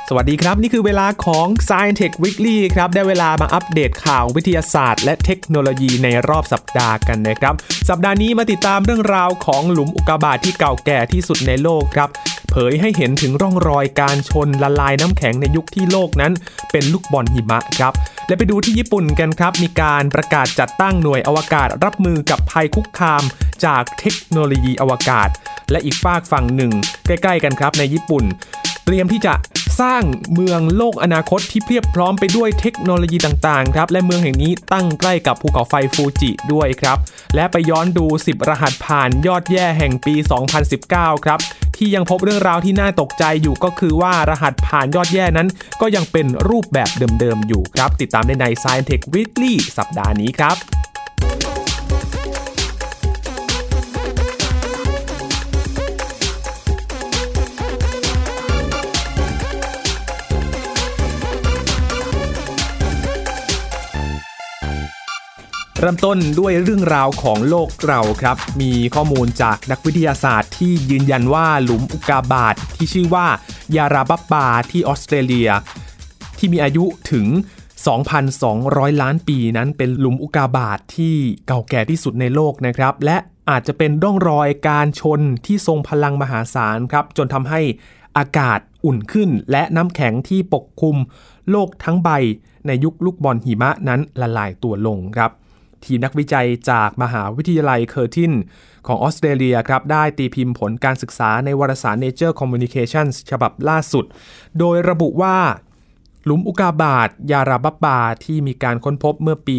สวัสดีครับนี่คือเวลาของ Science Tech Weekly ครับได้เวลามาอัปเดตข่าววิทยาศาสตร์และเทคโนโลยีในรอบสัปดาห์กันนะครับสัปดาห์นี้มาติดตามเรื่องราวของหลุมอุกกาบาตที่เก่าแก่ที่สุดในโลกครับเผยให้เห็นถึงร่องรอยการชนละลายน้ำแข็งในยุคที่โลกนั้นเป็นลูกบอลหิมะครับและไปดูที่ญี่ปุ่นกันครับมีการประกาศจัดตั้งหน่วยอวกาศรับมือกับภัยคุกคามจากเทคโนโลยีอวกาศและอีกฝากฝั่งหนึ่งใกล้ๆกันครับในญี่ปุ่นเตรียมที่จะสร้างเมืองโลกอนาคตที่เพียบพร้อมไปด้วยเทคโนโลยีต่างๆครับและเมืองแห่งนี้ตั้งใกล้กับภูเขาไฟฟูจิด้วยครับและไปย้อนดู10รหัสผ่านยอดแย่แห่งปี 2019 ครับที่ยังพบเรื่องราวที่น่าตกใจอยู่ก็คือว่ารหัสผ่านยอดแย่นั้นก็ยังเป็นรูปแบบเดิมๆอยู่ครับติดตามได้ใน Science Tech Weekly สัปดาห์นี้ครับเริ่มต้นด้วยเรื่องราวของโลกเราครับมีข้อมูลจากนักวิทยาศาสตร์ที่ยืนยันว่าหลุมอุกกาบาตที่ชื่อว่ายาราบับบาที่ออสเตรเลียที่มีอายุถึง 2,200 ล้านปีนั้นเป็นหลุมอุกกาบาตที่เก่าแก่ที่สุดในโลกนะครับและอาจจะเป็นร่องรอยการชนที่ทรงพลังมหาศาลครับจนทำให้อากาศอุ่นขึ้นและน้ำแข็งที่ปกคลุมโลกทั้งใบในยุคลูกบอลหิมะนั้นละลายตัวลงครับทีมนักวิจัยจากมหาวิทยาลัยเคอร์ตินของออสเตรเลียครับได้ตีพิมพ์ผลการศึกษาในวารสาร Nature Communications ฉบับล่าสุดโดยระบุว่าหลุมอุกกาบาตยาราบับบาที่มีการค้นพบเมื่อปี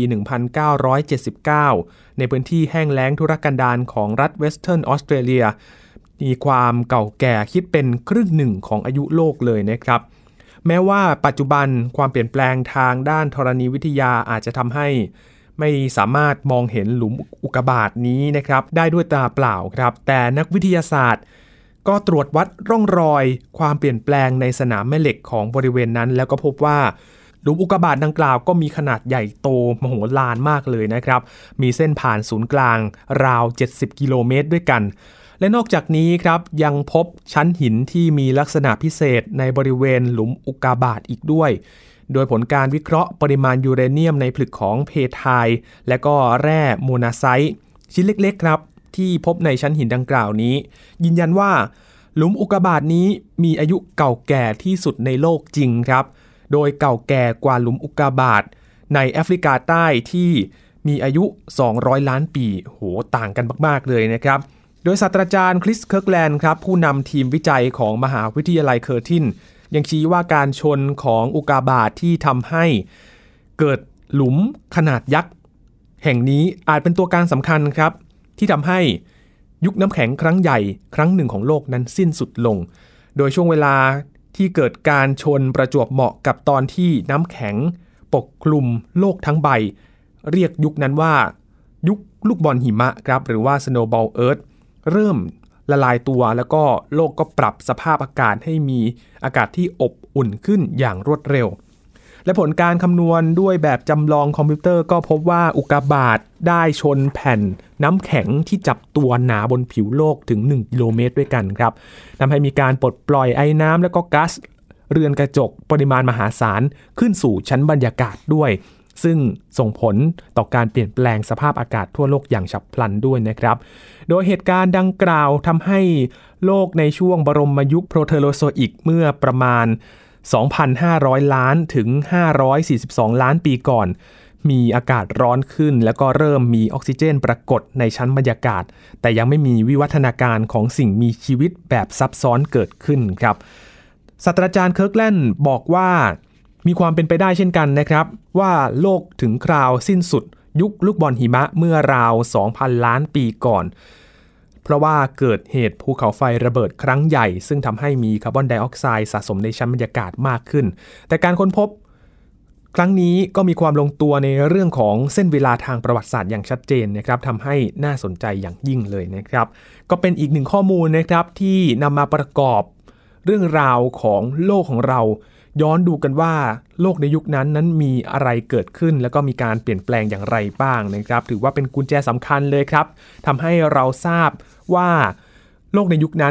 1979 ในพื้นที่แห้งแล้งทุรกันดารของรัฐเวสเทิร์นออสเตรเลียมีความเก่าแก่คิดเป็นครึ่งหนึ่งของอายุโลกเลยนะครับแม้ว่าปัจจุบันความเปลี่ยนแปลงทางด้านธรณีวิทยาอาจจะทำให้ไม่สามารถมองเห็นหลุมอุกกาบาตนี้นะครับได้ด้วยตาเปล่าครับแต่นักวิทยาศาสตร์ก็ตรวจวัดร่องรอยความเปลี่ยนแปลงในสนามแม่เหล็กของบริเวณนั้นแล้วก็พบว่าหลุมอุกกาบาตดังกล่าวก็มีขนาดใหญ่โตมโหฬารมากเลยนะครับมีเส้นผ่านศูนย์กลางราว70กิโลเมตรด้วยกันและนอกจากนี้ครับยังพบชั้นหินที่มีลักษณะพิเศษในบริเวณหลุมอุกกาบาตอีกด้วยโดยผลการวิเคราะห์ปริมาณยูเรเนียมในผลึกของเพทายและก็แร่โมนาไซต์ชิ้นเล็กๆครับที่พบในชั้นหินดังกล่าวนี้ยืนยันว่าหลุมอุกกาบาตนี้มีอายุเก่าแก่ที่สุดในโลกจริงครับโดยเก่าแก่กว่าหลุมอุกกาบาตในแอฟริกาใต้ที่มีอายุ200ล้านปีโหต่างกันมากๆเลยนะครับโดยศาสตราจารย์คริสเคิร์กแลนด์ครับผู้นำทีมวิจัยของมหาวิทยาลัยเคอร์ตินยังชี้ว่าการชนของอุกกาบาตที่ทำให้เกิดหลุมขนาดยักษ์แห่งนี้อาจเป็นตัวการสำคัญครับที่ทำให้ยุคน้ำแข็งครั้งใหญ่ครั้งหนึ่งของโลกนั้นสิ้นสุดลงโดยช่วงเวลาที่เกิดการชนประจวบเหมาะกับตอนที่น้ำแข็งปกคลุมโลกทั้งใบเรียกยุคนั้นว่ายุคลูกบอลหิมะครับหรือว่า Snowball Earth เริ่มละลายตัวแล้วก็โลกก็ปรับสภาพอากาศให้มีอากาศที่อบอุ่นขึ้นอย่างรวดเร็วและผลการคำนวณด้วยแบบจำลองคอมพิวเตอร์ก็พบว่าอุกกาบาตได้ชนแผ่นน้ำแข็งที่จับตัวหนาบนผิวโลกถึง1กิโลเมตรด้วยกันครับทำให้มีการปลดปล่อยไอน้ำและก็ก๊าซเรือนกระจกปริมาณมหาศาลขึ้นสู่ชั้นบรรยากาศด้วยซึ่งส่งผลต่อการเปลี่ยนแปลงสภาพอากาศทั่วโลกอย่างฉับพลันด้วยนะครับโดยเหตุการณ์ดังกล่าวทำให้โลกในช่วงบรมยุคโปรเทโรโซอิกเมื่อประมาณ 2,500 ล้านถึง 542 ล้านปีก่อนมีอากาศร้อนขึ้นแล้วก็เริ่มมีออกซิเจนปรากฏในชั้นบรรยากาศแต่ยังไม่มีวิวัฒนาการของสิ่งมีชีวิตแบบซับซ้อนเกิดขึ้นครับศาสตราจารย์เคิร์กแลนด์บอกว่ามีความเป็นไปได้เช่นกันนะครับว่าโลกถึงคราวสิ้นสุดยุคลูกบอลหิมะเมื่อราว 2,000 ล้านปีก่อนเพราะว่าเกิดเหตุภูเขาไฟระเบิดครั้งใหญ่ซึ่งทำให้มีคาร์บอนไดออกไซด์สะสมในชั้นบรรยากาศมากขึ้นแต่การค้นพบครั้งนี้ก็มีความลงตัวในเรื่องของเส้นเวลาทางประวัติศาสตร์อย่างชัดเจนนะครับทำให้น่าสนใจอย่างยิ่งเลยนะครับก็เป็นอีกหนึ่งข้อมูลนะครับที่นำมาประกอบเรื่องราวของโลกของเราย้อนดูกันว่าโลกในยุคนั้นมีอะไรเกิดขึ้นแล้วก็มีการเปลี่ยนแปลงอย่างไรบ้างนะครับถือว่าเป็นกุญแจสำคัญเลยครับทำให้เราทราบว่าโลกในยุคนั้น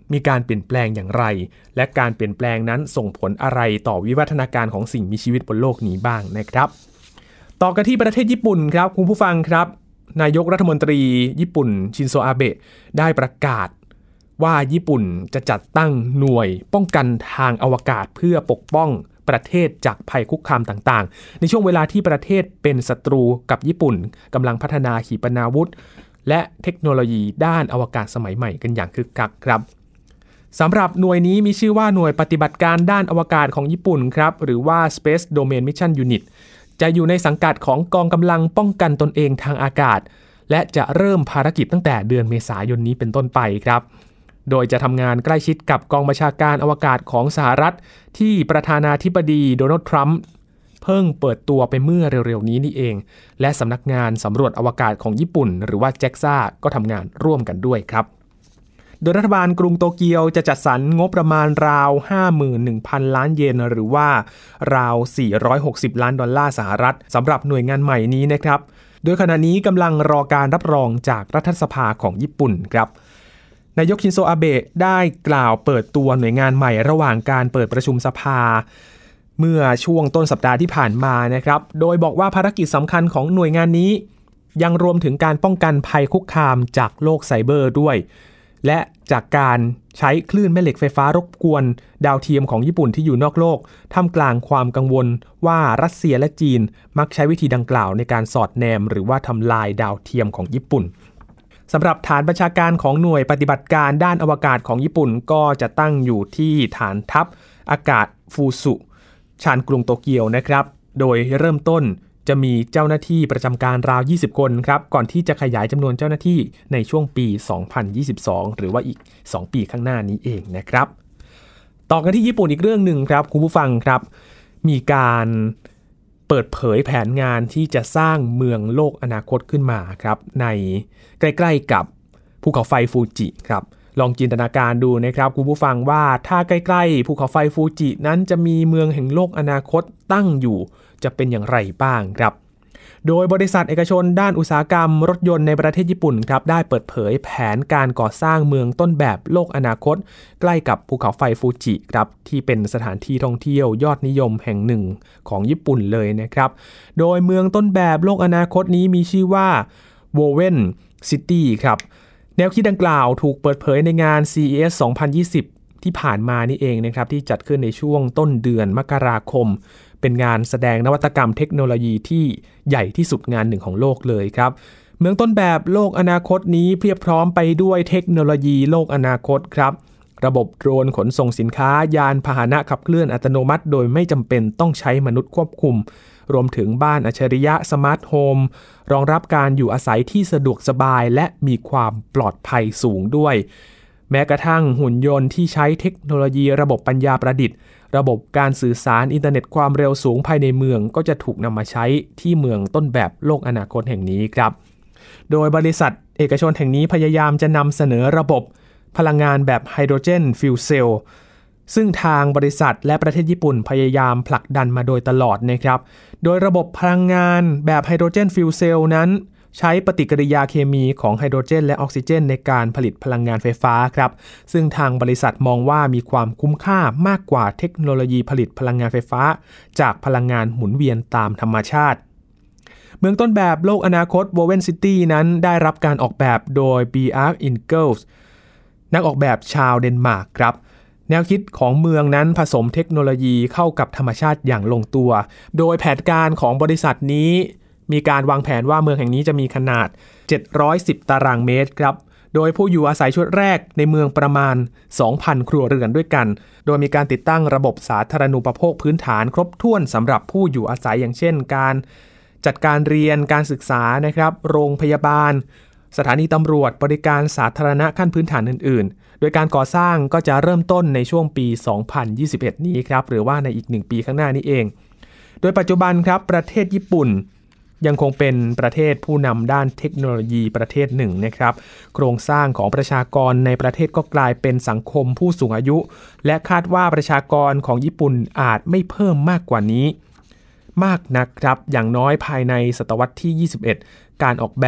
มีการเปลี่ยนแปลงอย่างไรและการเปลี่ยนแปลงนั้นส่งผลอะไรต่อวิวัฒนาการของสิ่งมีชีวิตบนโลกนี้บ้างนะครับต่อกันที่ประเทศญี่ปุ่นครับคุณผู้ฟังครับนายกรัฐมนตรีญี่ปุ่นชินโซอาเบะได้ประกาศว่าญี่ปุ่นจะจัดตั้งหน่วยป้องกันทางอวกาศเพื่อปกป้องประเทศจากภัยคุกคามต่างๆในช่วงเวลาที่ประเทศเป็นศัตรูกับญี่ปุ่นกำลังพัฒนาขีปนาวุธและเทคโนโลยีด้านอวกาศสมัยใหม่กันอย่างคึกคักครับสำหรับหน่วยนี้มีชื่อว่าหน่วยปฏิบัติการด้านอวกาศของญี่ปุ่นครับหรือว่า Space Domain Mission Unit จะอยู่ในสังกัดของกองกำลังป้องกันตนเองทางอากาศและจะเริ่มภารกิจตั้งแต่เดือนเมษายนนี้เป็นต้นไปครับโดยจะทำงานใกล้ชิดกับกองบัญชาการอวกาศของสหรัฐที่ประธานาธิบดีโดนัลด์ทรัมป์เพิ่งเปิดตัวไปเมื่อเร็วๆนี้นี่เองและสำนักงานสำรวจอวกาศของญี่ปุ่นหรือว่า JAXA ก็ทำงานร่วมกันด้วยครับโดยรัฐบาลกรุงโตเกียวจะจัดสรรงบประมาณราว 51,000 ล้านเยนหรือว่าราว460 ล้านดอลลาร์สหรัฐสำหรับหน่วยงานใหม่นี้นะครับโดยขณะนี้กำลังรอการรับรองจากรัฐสภาของญี่ปุ่นครับนายกชินโซอาเบะได้กล่าวเปิดตัวหน่วยงานใหม่ระหว่างการเปิดประชุมสภาเมื่อช่วงต้นสัปดาห์ที่ผ่านมานะครับโดยบอกว่าภารกิจสำคัญของหน่วยงานนี้ยังรวมถึงการป้องกันภัยคุกคามจากโลกไซเบอร์ด้วยและจากการใช้คลื่นแม่เหล็กไฟฟ้ารบกวนดาวเทียมของญี่ปุ่นที่อยู่นอกโลกท่ามกลางความกังวลว่ารัสเซียและจีนมักใช้วิธีดังกล่าวในการสอดแนมหรือว่าทำลายดาวเทียมของญี่ปุ่นสำหรับฐานบัญชาการของหน่วยปฏิบัติการด้านอวกาศของญี่ปุ่นก็จะตั้งอยู่ที่ฐานทัพอากาศฟูสุชานกรุงโตเกียวนะครับโดยเริ่มต้นจะมีเจ้าหน้าที่ประจำการราว20คนครับก่อนที่จะขยายจำนวนเจ้าหน้าที่ในช่วงปี 2022 หรือว่าอีก2ปีข้างหน้านี้เองนะครับต่อกันที่ญี่ปุ่นอีกเรื่องหนึ่งครับคุณผู้ฟังครับมีการเปิดเผยแผนงานที่จะสร้างเมืองโลกอนาคตขึ้นมาครับในใกล้ๆกับภูเขาไฟฟูจิครับลองจินตนาการดูนะครับคุณผู้ฟังว่าถ้าใกล้ๆภูเขาไฟฟูจินั้นจะมีเมืองแห่งโลกอนาคตตั้งอยู่จะเป็นอย่างไรบ้างครับโดยบริษัทเอกชนด้านอุตสาหกรรมรถยนต์ในประเทศญี่ปุ่นครับได้เปิดเผยแผนการก่อสร้างเมืองต้นแบบโลกอนาคตใกล้กับภูเขาไฟฟูจิครับที่เป็นสถานที่ท่องเที่ยวยอดนิยมแห่งหนึ่งของญี่ปุ่นเลยนะครับโดยเมืองต้นแบบโลกอนาคตนี้มีชื่อว่า Woven City ครับแนวคิดดังกล่าวถูกเปิดเผยในงาน CES 2020 ที่ผ่านมานี่เองนะครับที่จัดขึ้นในช่วงต้นเดือนมกราคมเป็นงานแสดงนวัตกรรมเทคโนโลยีที่ใหญ่ที่สุดงานหนึ่งของโลกเลยครับเมืองต้นแบบโลกอนาคตนี้เพียบพร้อมไปด้วยเทคโนโลยีโลกอนาคตครับระบบโดรนขนส่งสินค้ายานพาหนะขับเคลื่อนอัตโนมัติโดยไม่จำเป็นต้องใช้มนุษย์ควบคุมรวมถึงบ้านอัจฉริยะสมาร์ทโฮมรองรับการอยู่อาศัยที่สะดวกสบายและมีความปลอดภัยสูงด้วยแม้กระทั่งหุ่นยนต์ที่ใช้เทคโนโลยีระบบปัญญาประดิษฐ์ระบบการสื่อสารอินเทอร์เน็ตความเร็วสูงภายในเมืองก็จะถูกนำมาใช้ที่เมืองต้นแบบโลกอนาคตแห่งนี้ครับโดยบริษัทเอกชนแห่งนี้พยายามจะนำเสนอระบบพลังงานแบบไฮโดรเจนฟิวเซลซึ่งทางบริษัทและประเทศญี่ปุ่นพยายามผลักดันมาโดยตลอดนะครับโดยระบบพลังงานแบบไฮโดรเจนฟิวเซลนั้นใช้ปฏิกิริยาเคมีของไฮโดรเจนและออกซิเจนในการผลิตพลังงานไฟฟ้าครับซึ่งทางบริษัทมองว่ามีความคุ้มค่ามากกว่าเทคโนโลยีผลิตพลังงานไฟฟ้าจากพลังงานหมุนเวียนตามธรรมชาติเมืองต้นแบบโลกอนาคต Woven City นั้นได้รับการออกแบบโดย Bjarke Ingels นักออกแบบชาวเดนมาร์กครับแนวคิดของเมืองนั้นผสมเทคโนโลยีเข้ากับธรรมชาติอย่างลงตัวโดยแผนการของบริษัทนี้มีการวางแผนว่าเมืองแห่งนี้จะมีขนาด710ตารางเมตรครับโดยผู้อยู่อาศัยชุดแรกในเมืองประมาณ 2,000 ครัวเรือนด้วยกันโดยมีการติดตั้งระบบสาธารณูปโภคพื้นฐานครบถ้วนสำหรับผู้อยู่อาศัยอย่างเช่นการจัดการเรียนการศึกษานะครับโรงพยาบาลสถานีตำรวจบริการสาธารณะขั้นพื้นฐานอื่นๆโดยการก่อสร้างก็จะเริ่มต้นในช่วงปี 2021 นี้ครับหรือว่าในอีก1ปีข้างหน้านี้เองโดยปัจจุบันครับประเทศญี่ปุ่นยังคงเป็นประเทศผู้นำด้านเทคโนโลยีประเทศหนึ่งนะครับโครงสร้างของประชากรในประเทศก็กลายเป็นสังคมผู้สูงอายุและคาดว่าประชากรของญี่ปุ่นอาจไม่เพิ่มมากกว่านี้มากนักครับอย่างน้อยภายในศตวรรษที่ 21 การออกแบบ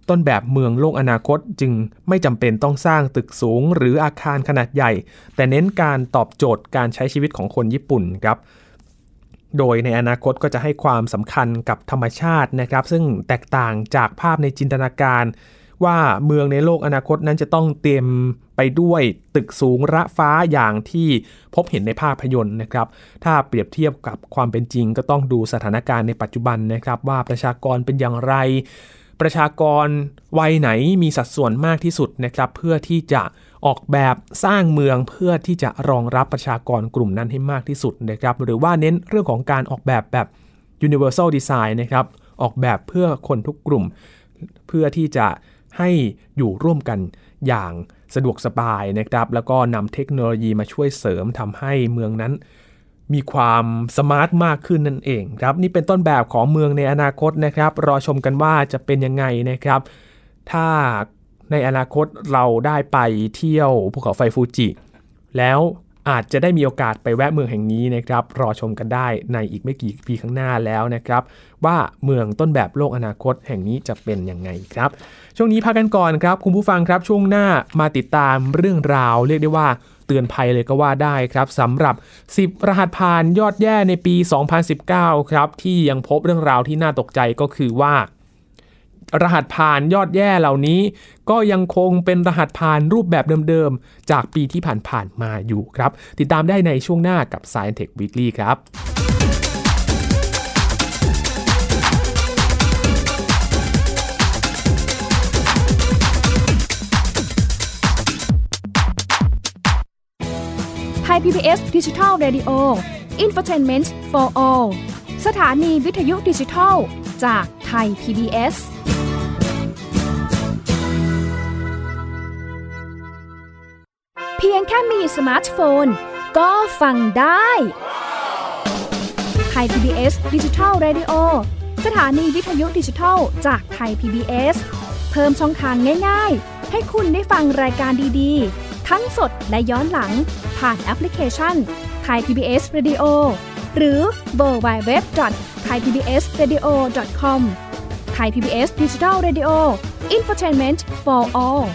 ต้นแบบเมืองโลกอนาคตจึงไม่จำเป็นต้องสร้างตึกสูงหรืออาคารขนาดใหญ่แต่เน้นการตอบโจทย์การใช้ชีวิตของคนญี่ปุ่นครับโดยในอนาคตก็จะให้ความสำคัญกับธรรมชาตินะครับซึ่งแตกต่างจากภาพในจินตนาการว่าเมืองในโลกอนาคตนั้นจะต้องเต็มไปด้วยตึกสูงระฟ้าอย่างที่พบเห็นในภาพยนตร์นะครับถ้าเปรียบเทียบกับความเป็นจริงก็ต้องดูสถานการณ์ในปัจจุบันนะครับว่าประชากรเป็นอย่างไรประชากรวัยไหนมีสัดส่วนมากที่สุดนะครับเพื่อที่จะออกแบบสร้างเมืองเพื่อที่จะรองรับประชากรกลุ่มนั้นให้มากที่สุดนะครับหรือว่าเน้นเรื่องของการออกแบบ universal design นะครับออกแบบเพื่อคนทุกกลุ่มเพื่อที่จะให้อยู่ร่วมกันอย่างสะดวกสบายนะครับแล้วก็นำเทคโนโลยีมาช่วยเสริมทำให้เมืองนั้นมีความสมาร์ทมากขึ้นนั่นเองครับนี่เป็นต้นแบบของเมืองในอนาคตนะครับรอชมกันว่าจะเป็นยังไงนะครับถ้าในอนาคตเราได้ไปเที่ยวภูเขาไฟฟูจิแล้วอาจจะได้มีโอกาสไปแวะเมืองแห่งนี้นะครับรอชมกันได้ในอีกไม่กี่ปีข้างหน้าแล้วนะครับว่าเมืองต้นแบบโลกอนาคตแห่งนี้จะเป็นยังไงครับช่วงนี้พักกันก่อนครับคุณผู้ฟังครับช่วงหน้ามาติดตามเรื่องราวเรียกได้ว่าเตือนภัยเลยก็ว่าได้ครับสำหรับ10รหัสผ่านยอดแย่ในปี 2019 ครับที่ยังพบเรื่องราวที่น่าตกใจก็คือว่ารหัสผ่านยอดแย่เหล่านี้ก็ยังคงเป็นรหัสผ่านรูปแบบเดิมๆจากปีที่ผ่านๆมาอยู่ครับติดตามได้ในช่วงหน้ากับ Science Tech Weekly ครับ Thai PBS Digital Radio Infotainment for All สถานีวิทยุดิจิทัลจากไทย PBSเพียงแค่มีสมาร์ทโฟนก็ฟังได้ไทย PBS Digital Radio สถานีวิทยุดิจิทัลจากไทย PBS เพิ่มช่องทางง่ายๆให้คุณได้ฟังรายการดีๆทั้งสดและย้อนหลังผ่านแอปพลิเคชัน Thai PBS Radio หรือ www.thaipbsradio.com Thai PBS Digital Radio Infotainment for All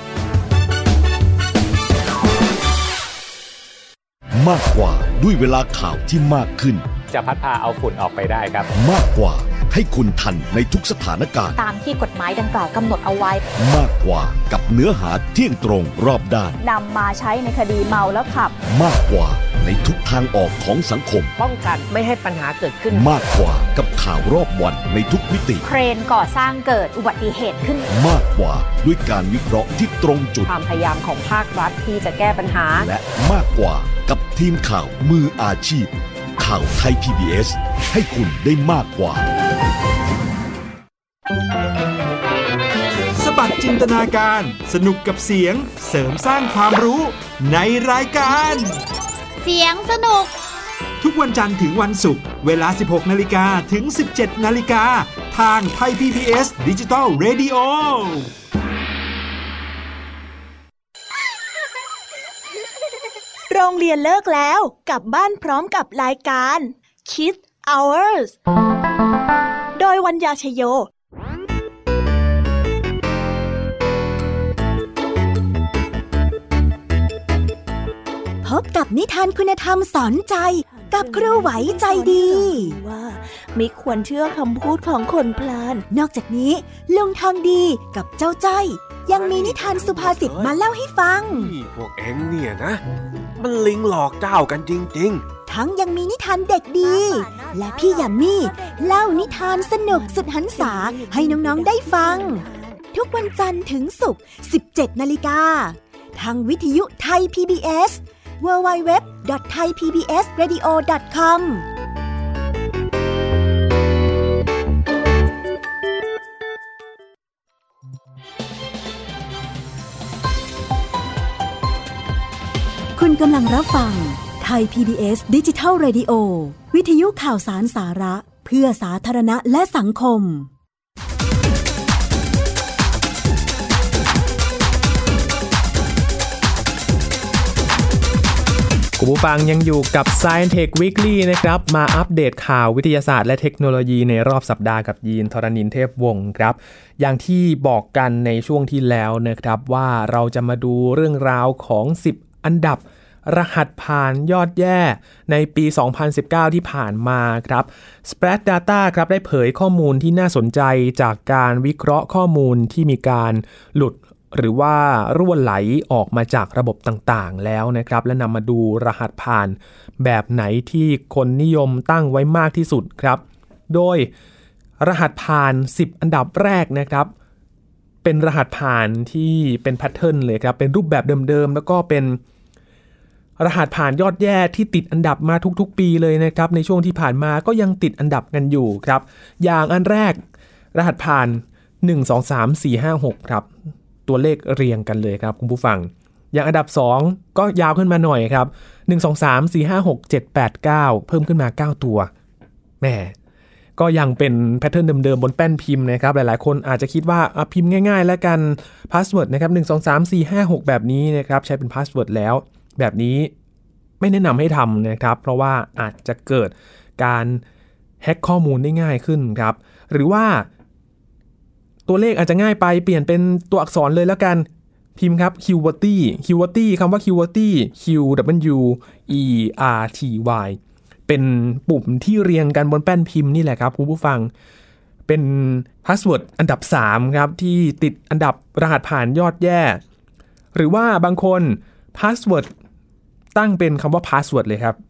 มากกว่าด้วยเวลาข่าวที่มากขึ้นจะพัดพาเอาฝุ่นออกไปได้ครับมากกว่าให้คุณทันในทุกสถานการณ์ตามที่กฎหมายดังกล่าวกำหนดเอาไว้มากกว่ากับเนื้อหาเที่ยงตรงรอบด้านนำมาใช้ในคดีเมาแล้วขับมากกว่าในทุกทางออกของสังคมป้องกันไม่ให้ปัญหาเกิดขึ้นมากกว่ากับข่าวรอบวันในทุกมิติเครนก่อสร้างเกิดอุบัติเหตุขึ้นมากกว่าด้วยการวิเคราะห์ที่ตรงจุดความพยายามของภาครัฐที่จะแก้ปัญหาและมากกว่ากับทีมข่าวมืออาชีพข่าวไทย PBS ให้คุณได้มากกว่าสบัดจินตนาการสนุกกับเสียงเสริมสร้างความรู้ในรายการเสียงสนุกทุกวันจันทร์ถึงวันศุกร์เวลา 16:00 นถึง 17:00 นทางไทย PBS Digital Radio โรงเรียนเลิกแล้วกลับบ้านพร้อมกับรายการ Kids Hours โดยวัญญาชโยพบกับนิทานคุณธรรมสอนใจกับครูไหวใจดีว่าไม่ควรเชื่อคำพูดของคนพลานนอกจากนี้ลุงทองดีกับเจ้าจ้อยยังมีนิทานสุภาษิตมาเล่าให้ฟังพวกเอ็งเนี่ยนะมันลิงหลอกเจ้ากันจริงๆทั้งยังมีนิทานเด็กดีและพี่ยามีเล่านิทานสนุกสุดหรรษาให้น้องๆได้ฟังทุกวันจันทร์ถึงศุกร์ 17:00 นทางวิทยุไทย PBS www.thaipbsradio.com คุณกำลังรับฟังไทย PBS Digital Radio วิทยุข่าวสารสาระเพื่อสาธารณะและสังคมคุณผู้ฟังยังอยู่กับ Science Tech Weekly นะครับมาอัปเดตข่าววิทยาศาสตร์และเทคโนโลยีในรอบสัปดาห์กับยีนธรณินทร์เทพวงศ์ครับอย่างที่บอกกันในช่วงที่แล้วนะครับว่าเราจะมาดูเรื่องราวของ10อันดับรหัสผ่านยอดแย่ในปี 2019 ที่ผ่านมาครับ Splash Data ครับได้เผยข้อมูลที่น่าสนใจจากการวิเคราะห์ข้อมูลที่มีการหลุดหรือว่ารั่วไหลออกมาจากระบบต่างๆแล้วนะครับและนำมาดูรหัสผ่านแบบไหนที่คนนิยมตั้งไว้มากที่สุดครับโดยรหัสผ่าน10อันดับแรกนะครับเป็นรหัสผ่านที่เป็นแพทเทิร์นเลยครับเป็นรูปแบบเดิมๆแล้วก็เป็นรหัสผ่านยอดแย่ที่ติดอันดับมาทุกๆปีเลยนะครับในช่วงที่ผ่านมาก็ยังติดอันดับกันอยู่ครับอย่างอันแรกรหัสผ่าน1 2 3 4 5 6ครับตัวเลขเรียงกันเลยครับคุณผู้ฟังอย่างอันดับ2ก็ยาวขึ้นมาหน่อยครับ1 2 3 4 5 6 7 8 9เพิ่มขึ้นมา9ตัวแหมก็ยังเป็นแพทเทิร์นเดิมๆบนแป้นพิมพ์นะครับหลายๆคนอาจจะคิดว่าพิมพ์ง่ายๆแล้วกันพาสเวิร์ดนะครับ1 2 3 4 5 6แบบนี้นะครับใช้เป็นพาสเวิร์ดแล้วแบบนี้ไม่แนะนำให้ทำนะครับเพราะว่าอาจจะเกิดการแฮ็กข้อมูลได้ง่ายขึ้นครับหรือว่าตัวเลขอาจจะง่ายไปเปลี่ยนเป็นตัวอักษรเลยแล้วกันพิมพ์ครับ QWERTY คำว่า QWERTY Q W E R T Y เป็นปุ่มที่เรียงกันบนแป้นพิมพ์นี่แหละครับคุณผู้ฟังเป็นพาสเวิร์ดอันดับ3ครับที่ติดอันดับรหัสผ่านยอดแย่หรือว่าบางคนพาสเวิร์ดตั้งเป็นคำว่า password เลยครับ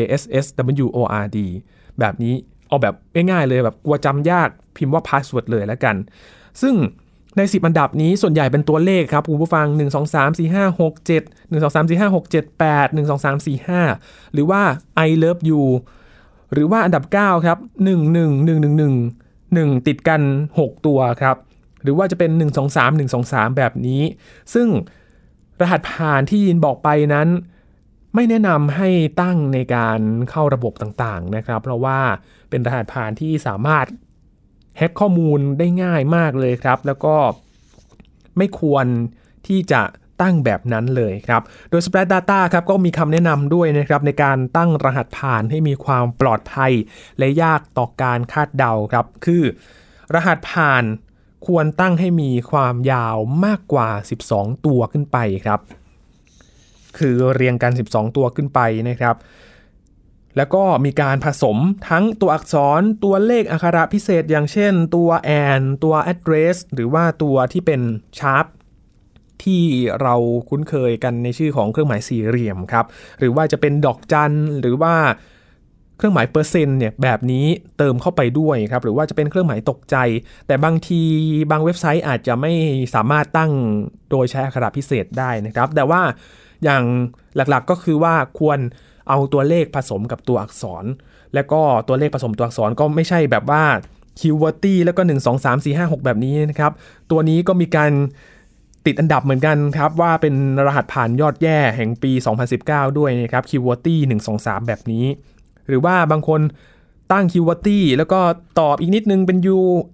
PASSWORD แบบนี้เอาแบบง่ายๆเลยแบบกลัวจำยากพิมพ์ว่า password เลยแล้วกันซึ่งใน10อันดับนี้ส่วนใหญ่เป็นตัวเลขครับคุณผู้ฟัง1 2 3 4 5 6 7 1 2 3 4 5 6 7 8 1 2 3 4 5หรือว่า I love you หรือว่าอันดับ9ครับ1 1 1 1 1 1ติดกัน6ตัวครับหรือว่าจะเป็น1 2 3 1 2 3แบบนี้ซึ่งรหัสผ่านที่ยินบอกไปนั้นไม่แนะนำให้ตั้งในการเข้าระบบต่างๆนะครับเพราะว่าเป็นรหัสผ่านที่สามารถแฮ็กข้อมูลได้ง่ายมากเลยครับแล้วก็ไม่ควรที่จะตั้งแบบนั้นเลยครับโดย Splash Data ครับก็มีคำแนะนำด้วยนะครับในการตั้งรหัสผ่านให้มีความปลอดภัยและยากต่อการคาดเดาครับคือรหัสผ่านควรตั้งให้มีความยาวมากกว่า12ตัวขึ้นไปครับคือเรียงกัน12ตัวขึ้นไปนะครับแล้วก็มีการผสมทั้งตัวอักษรตัวเลขอักขระพิเศษอย่างเช่นตัว and ตัว address หรือว่าตัวที่เป็น sharp ที่เราคุ้นเคยกันในชื่อของเครื่องหมายสี่เหลี่ยมครับหรือว่าจะเป็นดอกจันหรือว่าเครื่องหมายเปอร์เซ็นต์เนี่ยแบบนี้เติมเข้าไปด้วยครับหรือว่าจะเป็นเครื่องหมายตกใจแต่บางทีบางเว็บไซต์อาจจะไม่สามารถตั้งโดยใช้อักขระพิเศษได้นะครับแต่ว่าอย่างหลักๆก็คือว่าควรเอาตัวเลขผสมกับตัวอักษรแล้วก็ตัวเลขผสมตัวอักษรก็ไม่ใช่แบบว่า QWERTY แล้วก็1 2 3 4 5 6แบบนี้นะครับตัวนี้ก็มีการติดอันดับเหมือนกันครับว่าเป็นรหัสผ่านยอดแย่แห่งปี 2019 ด้วยนะครับ QWERTY 1 2 3แบบนี้หรือว่าบางคนตั้ง QWERTY แล้วก็ตอบอีกนิดนึงเป็น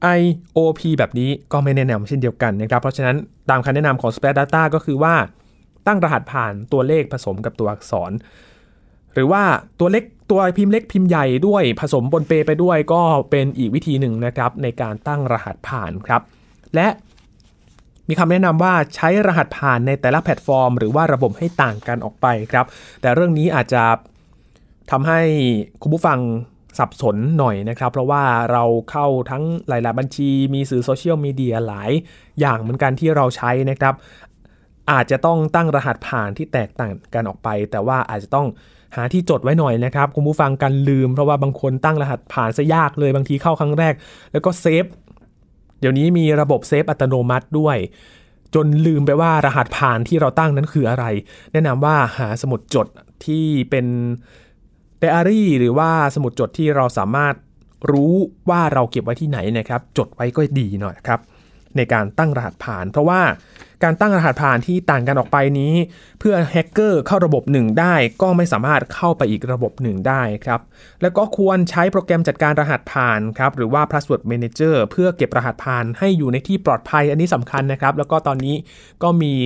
UIOP แบบนี้ก็ไม่แนะนำเช่นเดียวกันนะครับเพราะฉะนั้นตามคำแนะนำของ Splash Data ก็คือว่าตั้งรหัสผ่านตัวเลขผสมกับตัวอักษรหรือว่าตัวเล็กตัวพิมพ์เล็กพิมพ์ใหญ่ด้วยผสมปนเปไปด้วยก็เป็นอีกวิธีหนึ่งนะครับในการตั้งรหัสผ่านครับและมีคำแนะนำว่าใช้รหัสผ่านในแต่ละแพลตฟอร์มหรือว่าระบบให้ต่างกันออกไปครับแต่เรื่องนี้อาจจะทำให้คุณผู้ฟังสับสนหน่อยนะครับเพราะว่าเราเข้าทั้งหลายๆบัญชีมีสื่อโซเชียลมีเดียหลายอย่างเหมือนกันที่เราใช้นะครับอาจจะต้องตั้งรหัสผ่านที่แตกต่างกันออกไปแต่ว่าอาจจะต้องหาที่จดไว้หน่อยนะครับคุณผู้ฟังกันลืมเพราะว่าบางคนตั้งรหัสผ่านซะยากเลยบางทีเข้าครั้งแรกแล้วก็เซฟเดี๋ยวนี้มีระบบเซฟอัตโนมัติด้วยจนลืมไปว่ารหัสผ่านที่เราตั้งนั้นคืออะไรแนะนำว่าหาสมุดจดที่เป็นไดอารี่หรือว่าสมุดจดที่เราสามารถรู้ว่าเราเก็บไว้ที่ไหนนะครับจดไว้ก็ดีหน่อยครับในการตั้งรหัสผ่านเพราะว่าการตั้งรหัสผ่านที่ต่างกันออกไปนี้เพื่อแฮกเกอร์เข้าระบบหนึ่งได้ก็ไม่สามารถเข้าไปอีกระบบหนึ่งได้ครับแล้วก็ควรใช้โปรแกรมจัดการรหัสผ่านครับหรือว่า Password Manager เพื่อเก็บรหัสผ่านให้อยู่ในที่ปลอดภัยอันนี้สำคัญนะครับแล้วก็ตอนนี้ก็มี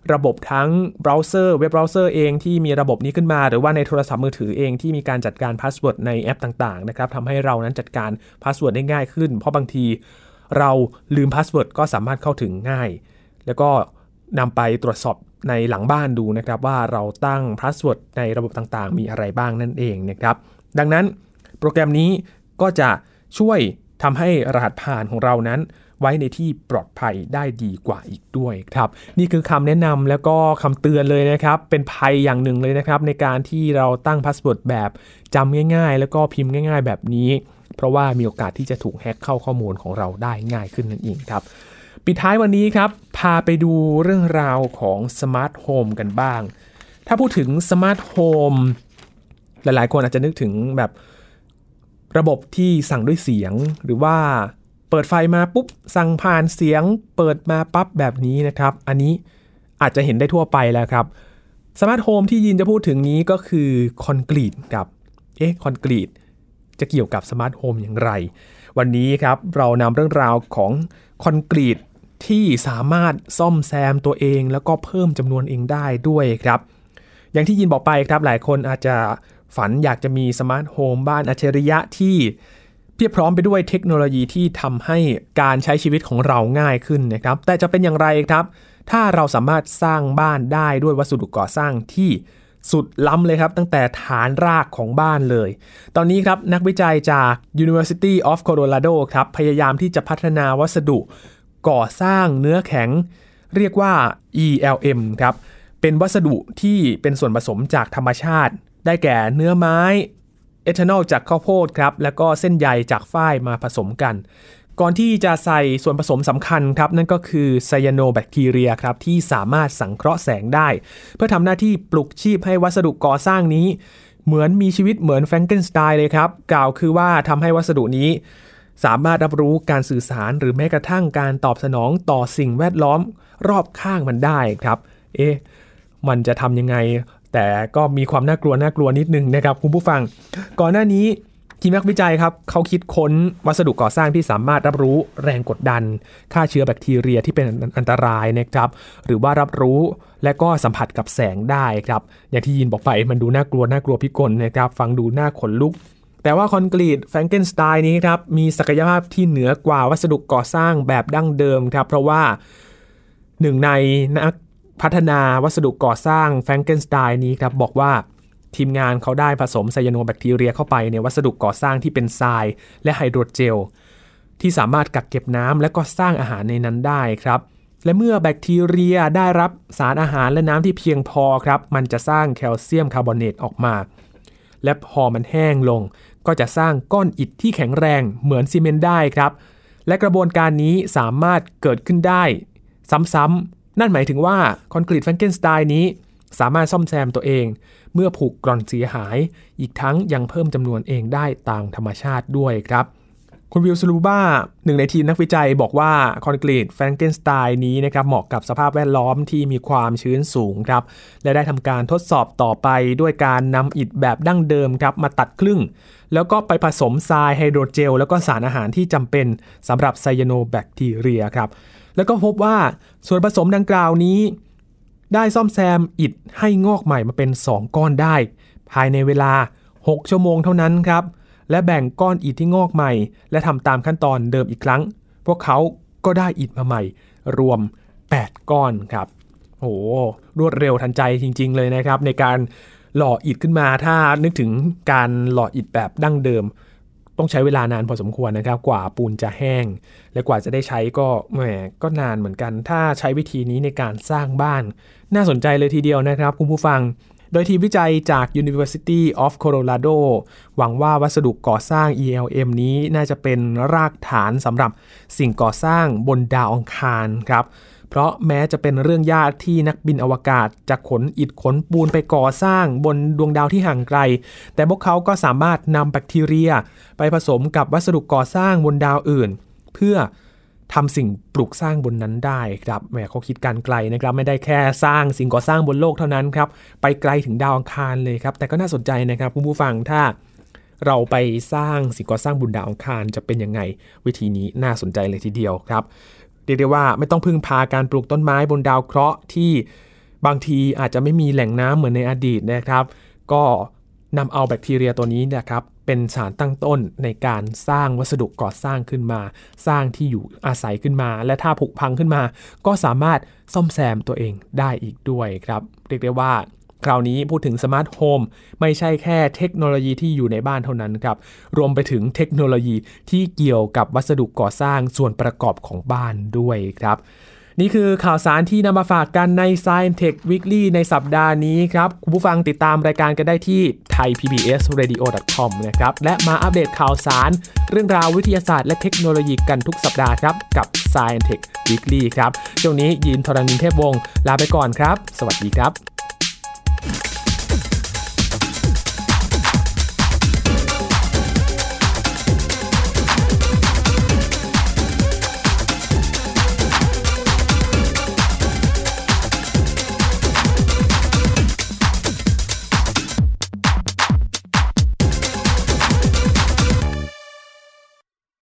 ระบบทั้งเบราว์เซอร์เว็บเบราว์เซอร์เองที่มีระบบนี้ขึ้นมาหรือว่าในโทรศัพท์มือถือเองที่มีการจัดการพาสเวิร์ดในแอปต่างๆนะครับทำให้เรานั้นจัดการพาสเวิร์ดได้ง่ายขึ้นเพราะบางทีเราลืมพาสเวิร์ดก็สามารถเข้าถึงง่ายแล้วก็นำไปตรวจสอบในหลังบ้านดูนะครับว่าเราตั้งพาสเวิร์ดในระบบต่างๆมีอะไรบ้างนั่นเองนะครับดังนั้นโปรแกรมนี้ก็จะช่วยทำให้รหัสผ่านของเรานั้นไว้ในที่ปลอดภัยได้ดีกว่าอีกด้วยครับนี่คือคำแนะนำแล้วก็คำเตือนเลยนะครับเป็นภัยอย่างหนึ่งเลยนะครับในการที่เราตั้งพาสเวิร์ดแบบจำง่ายๆแล้วก็พิมพ์ง่ายๆแบบนี้เพราะว่ามีโอกาสที่จะถูกแฮ็กเข้าข้อมูลของเราได้ง่ายขึ้นนั่นเองครับปิดท้ายวันนี้ครับพาไปดูเรื่องราวของสมาร์ทโฮมกันบ้างถ้าพูดถึงสมาร์ทโฮมหลายๆคนอาจจะนึกถึงแบบระบบที่สั่งด้วยเสียงหรือว่าเปิดไฟมาปุ๊บสั่งผ่านเสียงเปิดมาปั๊บแบบนี้นะครับอันนี้อาจจะเห็นได้ทั่วไปแล้วครับสมาร์ทโฮมที่ยินจะพูดถึงนี้ก็คือคอนกรีตครับคอนกรีตจะเกี่ยวกับสมาร์ทโฮมอย่างไรวันนี้ครับเรานำเรื่องราวของคอนกรีตที่สามารถซ่อมแซมตัวเองแล้วก็เพิ่มจำนวนเองได้ด้วยครับอย่างที่ยินบอกไปครับหลายคนอาจจะฝันอยากจะมีสมาร์ทโฮมบ้านอัจฉริยะที่เพียบพร้อมไปด้วยเทคโนโลยีที่ทำให้การใช้ชีวิตของเราง่ายขึ้นนะครับแต่จะเป็นอย่างไรครับถ้าเราสามารถสร้างบ้านได้ด้วยวัสดุก่อสร้างที่สุดล้ำเลยครับตั้งแต่ฐานรากของบ้านเลยตอนนี้ครับนักวิจัยจาก University of Colorado ครับพยายามที่จะพัฒนาวัสดุก่อสร้างเนื้อแข็งเรียกว่า ELM ครับเป็นวัสดุที่เป็นส่วนผสมจากธรรมชาติได้แก่เนื้อไม้เอทานอลจากข้าวโพดครับแล้วก็เส้นใยจากฝ้ายมาผสมกันก่อนที่จะใส่ส่วนผสมสำคัญครับนั่นก็คือไซยาโนแบคทีเรียครับที่สามารถสังเคราะห์แสงได้เพื่อทำหน้าที่ปลุกชีพให้วัสดุก่อสร้างนี้เหมือนมีชีวิตเหมือนแฟรงเกนสไตน์เลยครับกล่าวคือว่าทำให้วัสดุนี้สามารถรับรู้การสื่อสารหรือแม้กระทั่งการตอบสนองต่อสิ่งแวดล้อมรอบข้างมันได้ครับมันจะทำยังไงแต่ก็มีความน่ากลัวนิดนึงนะครับคุณผู้ฟังก่อนหน้านี้ทีมนักวิจัยครับเขาคิดค้นวัสดุก่อสร้างที่สามารถรับรู้แรงกดดันฆ่าเชื้อแบคทีเรียที่เป็นอันตรายนะครับหรือว่ารับรู้และก็สัมผัสกับแสงได้ครับอย่างที่ยินบอกไปมันดูน่ากลัวพิกลนะครับฟังดูน่าขนลุกแต่ว่าคอนกรีตแฟรงเกนสไตน์นี้ครับมีศักยภาพที่เหนือกว่าวัสดุก่อสร้างแบบดั้งเดิมครับเพราะว่าหนึ่งในนักพัฒนาวัสดุก่อสร้างแฟรงเกนสไตน์นี้ครับบอกว่าทีมงานเขาได้ผสมไซยาโนแบคทีเรียเข้าไปในวัสดุก่อสร้างที่เป็นทรายและไฮโดรเจลที่สามารถกักเก็บน้ำและก็สร้างอาหารในนั้นได้ครับและเมื่อแบคทีเรียได้รับสารอาหารและน้ำที่เพียงพอครับมันจะสร้างแคลเซียมคาร์บอเนตออกมาและพอมันแห้งลงก็จะสร้างก้อนอิฐที่แข็งแรงเหมือนซีเมนต์ได้ครับและกระบวนการนี้สามารถเกิดขึ้นได้ซ้ำๆนั่นหมายถึงว่าคอนกรีตแฟรงเกนสไตน์นี้สามารถซ่อมแซมตัวเองเมื่อผูกกร่อนเสียหายอีกทั้งยังเพิ่มจำนวนเองได้ตามธรรมชาติด้วยครับคุณวิลสลูบ้าหนึ่งในทีมนักวิจัยบอกว่าคอนกรีตแฟรงเกนสไตน์นี้นะครับเหมาะกับสภาพแวดล้อมที่มีความชื้นสูงครับและได้ทำการทดสอบต่อไปด้วยการนำอิฐแบบดั้งเดิมครับมาตัดครึ่งแล้วก็ไปผสมทรายไฮโดรเจลแล้วก็สารอาหารที่จำเป็นสำหรับไซยาโนแบคทีเรียครับแล้วก็พบว่าส่วนผสมดังกล่าวนี้ได้ซ่อมแซมอิฐให้งอกใหม่มาเป็น2ก้อนได้ภายในเวลา6ชั่วโมงเท่านั้นครับและแบ่งก้อนอิฐที่งอกใหม่และทำตามขั้นตอนเดิมอีกครั้งพวกเขาก็ได้อิฐมาใหม่รวม8ก้อนครับโอ้รวดเร็วทันใจจริงๆเลยนะครับในการหล่ออิฐขึ้นมาถ้านึกถึงการหล่ออิฐแบบดั้งเดิมต้องใช้เวลานานพอสมควรนะครับกว่าปูนจะแห้งและกว่าจะได้ใช้ก็นานเหมือนกันถ้าใช้วิธีนี้ในการสร้างบ้านน่าสนใจเลยทีเดียวนะครับคุณผู้ฟังโดยทีมวิจัยจาก University of Colorado หวังว่าวัสดุก่อสร้าง ELM นี้น่าจะเป็นรากฐานสำหรับสิ่งก่อสร้างบนดาวอังคารครับเพราะแม้จะเป็นเรื่องยากที่นักบินอวกาศจะขนอิฐขนปูนไปก่อสร้างบนดวงดาวที่ห่างไกลแต่พวกเขาก็สามารถนำแบคทีเรียไปผสมกับวัสดุก่อสร้างบนดาวอื่นเพื่อทำสิ่งปลูกสร้างบนนั้นได้ครับเขาคิดการไกลนะครับไม่ได้แค่สร้างสิ่งก่อสร้างบนโลกเท่านั้นครับไปไกลถึงดาวอังคารเลยครับแต่ก็น่าสนใจนะครับคุณผู้ฟังถ้าเราไปสร้างสิ่งก่อสร้างบนดาวอังคารจะเป็นยังไงวิธีนี้น่าสนใจเลยทีเดียวครับเรียกได้ว่าไม่ต้องพึ่งพาการปลูกต้นไม้บนดาวเคราะห์ที่บางทีอาจจะไม่มีแหล่งน้ำเหมือนในอดีตนะครับก็นำเอาแบคทีเรียตัวนี้นะครับเป็นสารตั้งต้นในการสร้างวัสดุก่อสร้างขึ้นมาสร้างที่อยู่อาศัยขึ้นมาและถ้าผุพังขึ้นมาก็สามารถซ่อมแซมตัวเองได้อีกด้วยครับเรียกได้ว่าคราวนี้พูดถึงสมาร์ทโฮมไม่ใช่แค่เทคโนโลยีที่อยู่ในบ้านเท่านั้นครับรวมไปถึงเทคโนโลยีที่เกี่ยวกับวัสดุก่อสร้างส่วนประกอบของบ้านด้วยครับนี่คือข่าวสารที่นำมาฝากกันใน Science Tech Weekly ในสัปดาห์นี้ครับคุณผู้ฟังติดตามรายการกันได้ที่ thaipbsradio.com นะครับและมาอัปเดตข่าวสารเรื่องราววิทยาศาสตร์และเทคโนโลยีกันทุกสัปดาห์ครับกับ Science Tech Weekly ครับช่วงนี้ยินทรณินเทพวงศ์ลาไปก่อนครับสวัสดีครับ